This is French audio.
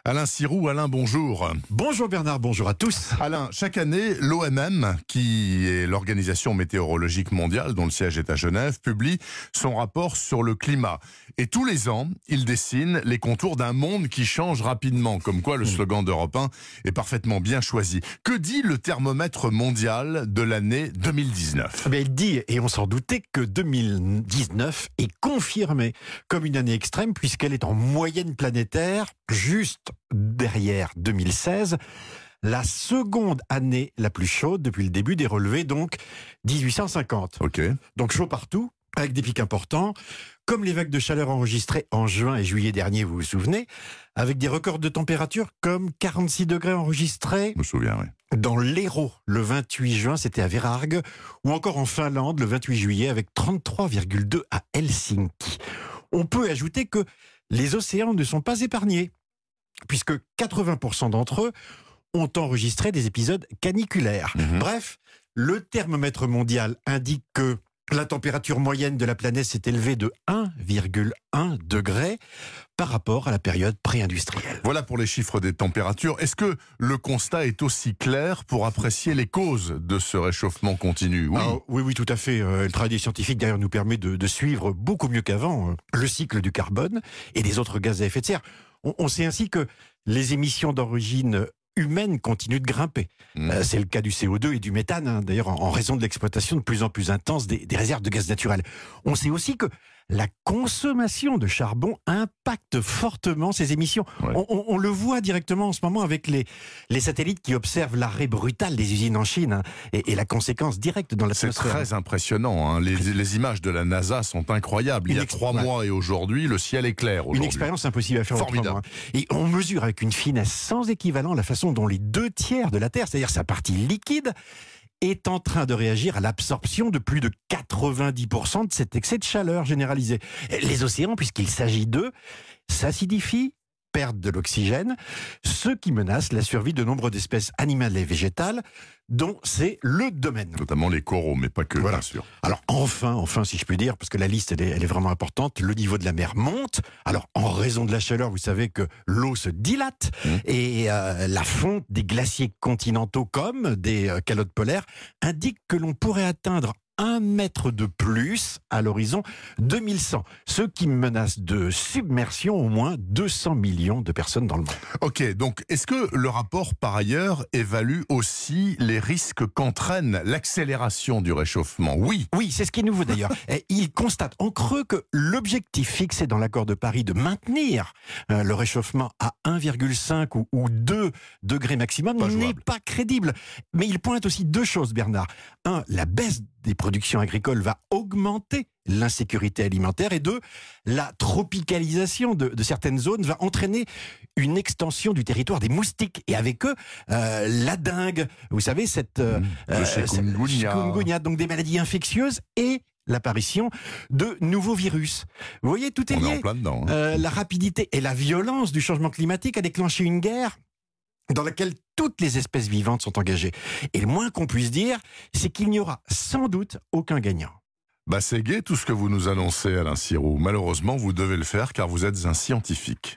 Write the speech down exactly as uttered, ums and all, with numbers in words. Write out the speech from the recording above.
Alain Sirou. Alain, bonjour. Bonjour Bernard, bonjour à tous. Alain, chaque année, l'O M M, qui est l'Organisation météorologique mondiale, dont le siège est à Genève, publie son rapport sur le climat. Et tous les ans, il dessine les contours d'un monde qui change rapidement, comme quoi le slogan d'Europe un est parfaitement bien choisi. Que dit le thermomètre mondial de l'année deux mille dix-neuf ? Eh bien, il dit, et on s'en doutait, que deux mille dix-neuf est confirmée comme une année extrême puisqu'elle est en moyenne planétaire, juste derrière deux mille seize, la seconde année la plus chaude depuis le début des relevés, donc dix-huit cent cinquante. Ok. Donc chaud partout, avec des pics importants, comme les vagues de chaleur enregistrées en juin et juillet dernier, vous vous souvenez, avec des records de température comme quarante-six degrés enregistrés. Je me souviens, oui. Dans l'Hérault, le vingt-huit juin, c'était à Vérargues, ou encore en Finlande, le vingt-huit juillet, avec trente-trois virgule deux à Helsinki. On peut ajouter que les océans ne sont pas épargnés, puisque quatre-vingts pour cent d'entre eux ont enregistré des épisodes caniculaires. Mmh. Bref, le thermomètre mondial indique que la température moyenne de la planète s'est élevée de un virgule un degré par rapport à la période pré-industrielle. Voilà pour les chiffres des températures. Est-ce que le constat est aussi clair pour apprécier les causes de ce réchauffement continu ? Oui, Alors, oui, oui, tout à fait. Euh, le travail des scientifiques, d'ailleurs, nous permet de, de suivre beaucoup mieux qu'avant euh, le cycle du carbone et des autres gaz à effet de serre. On, on sait ainsi que les émissions d'origine humaine continuent de grimper. Mmh. Euh, c'est le cas du C O deux et du méthane, hein, d'ailleurs, en, en raison de l'exploitation de plus en plus intense des, des réserves de gaz naturel. On sait aussi que la consommation de charbon impacte fortement ces émissions. Ouais. On, on, on le voit directement en ce moment avec les, les satellites qui observent l'arrêt brutal des usines en Chine, hein, et, et la conséquence directe dans l'atmosphère. C'est très impressionnant. Hein. Les, les images de la NASA sont incroyables. Il y a trois mois et aujourd'hui, le ciel est clair. Une expérience impossible à faire autrement. Et on mesure avec une finesse sans équivalent la façon dont les deux tiers de la Terre, c'est-à-dire sa partie liquide, est en train de réagir à l'absorption de plus de quatre-vingt-dix pour cent de cet excès de chaleur généralisé. Les océans, puisqu'il s'agit d'eux, s'acidifient, perdent de l'oxygène, ce qui menace la survie de nombre d'espèces animales et végétales, dont c'est le domaine. Notamment les coraux, mais pas que, voilà. Bien sûr. Alors enfin, enfin, si je puis dire, parce que la liste, elle est, elle est vraiment importante, le niveau de la mer monte. Alors, en raison de la chaleur, vous savez que l'eau se dilate, mmh. et euh, la fonte des glaciers continentaux, comme des euh, calottes polaires, indique que l'on pourrait atteindre un mètre de plus à l'horizon deux mille cent, ce qui menace de submersion au moins deux cents millions de personnes dans le monde. Ok, donc est-ce que le rapport, par ailleurs, évalue aussi les risques qu'entraîne l'accélération du réchauffement ? Oui. Oui, c'est ce qui est nouveau d'ailleurs. Il constate en creux que l'objectif fixé dans l'accord de Paris de maintenir euh, le réchauffement à un virgule cinq ou, ou deux degrés maximum n'est pas crédible. Mais il pointe aussi deux choses, Bernard. Un, la baisse des productions agricoles va augmenter l'insécurité alimentaire, et deux, la tropicalisation de, de certaines zones va entraîner une extension du territoire des moustiques, et avec eux, euh, la dengue, vous savez, cette, euh, le chikungunya. chikungunya, donc des maladies infectieuses et l'apparition de nouveaux virus. Vous voyez, tout est On lié. est en plein dedans, hein. euh, la rapidité et la violence du changement climatique a déclenché une guerre dans laquelle toutes les espèces vivantes sont engagées. Et le moins qu'on puisse dire, c'est qu'il n'y aura sans doute aucun gagnant. Bah c'est gai tout ce que vous nous annoncez, Alain Sirou. Malheureusement, vous devez le faire car vous êtes un scientifique.